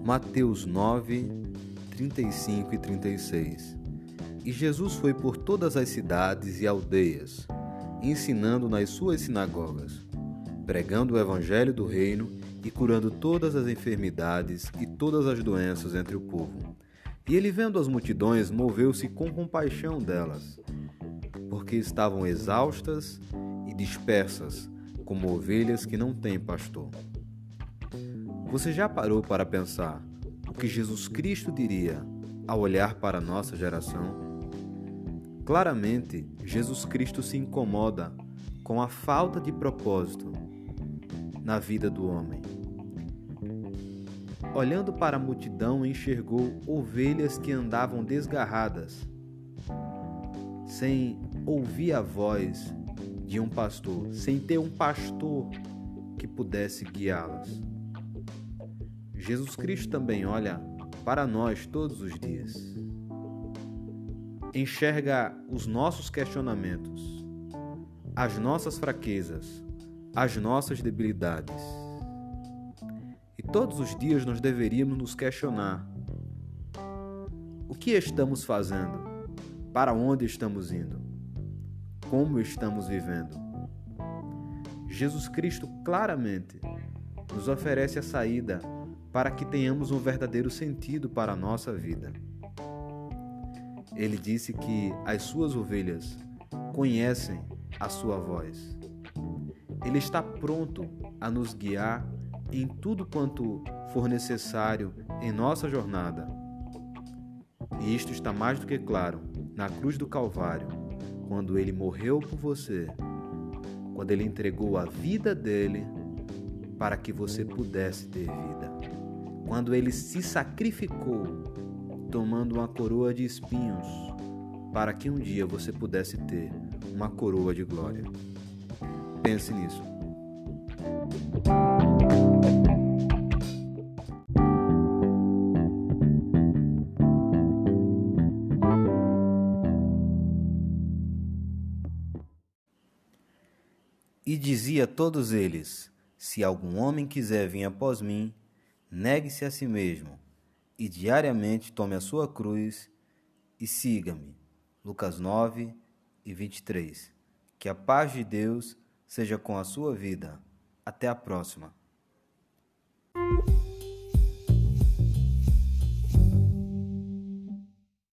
Mateus 9, 35 e 36. E Jesus foi por todas as cidades e aldeias, ensinando nas suas sinagogas, pregando o evangelho do reino e curando todas as enfermidades e todas as doenças entre o povo. E ele, vendo as multidões, moveu-se com compaixão delas, porque estavam exaustas e dispersas, como ovelhas que não têm pastor. Você já parou para pensar o que Jesus Cristo diria ao olhar para a nossa geração? Claramente, Jesus Cristo se incomoda com a falta de propósito na vida do homem. Olhando para a multidão, enxergou ovelhas que andavam desgarradas, sem ouvir a voz de um pastor, sem ter um pastor que pudesse guiá-las. Jesus Cristo também olha para nós todos os dias. Enxerga os nossos questionamentos, as nossas fraquezas, as nossas debilidades. E todos os dias nós deveríamos nos questionar: o que estamos fazendo? Para onde estamos indo? Como estamos vivendo? Jesus Cristo claramente nos oferece a saída para que tenhamos um verdadeiro sentido para a nossa vida. Ele disse que as suas ovelhas conhecem a sua voz. Ele está pronto a nos guiar em tudo quanto for necessário em nossa jornada. E isto está mais do que claro na cruz do Calvário, quando ele morreu por você, quando ele entregou a vida dele para que você pudesse ter vida. Quando ele se sacrificou, tomando uma coroa de espinhos, para que um dia você pudesse ter uma coroa de glória. Pense nisso. E dizia a todos eles: se algum homem quiser vir após mim, negue-se a si mesmo, e diariamente tome a sua cruz e siga-me. Lucas 9 e 23. Que a paz de Deus seja com a sua vida. Até a próxima.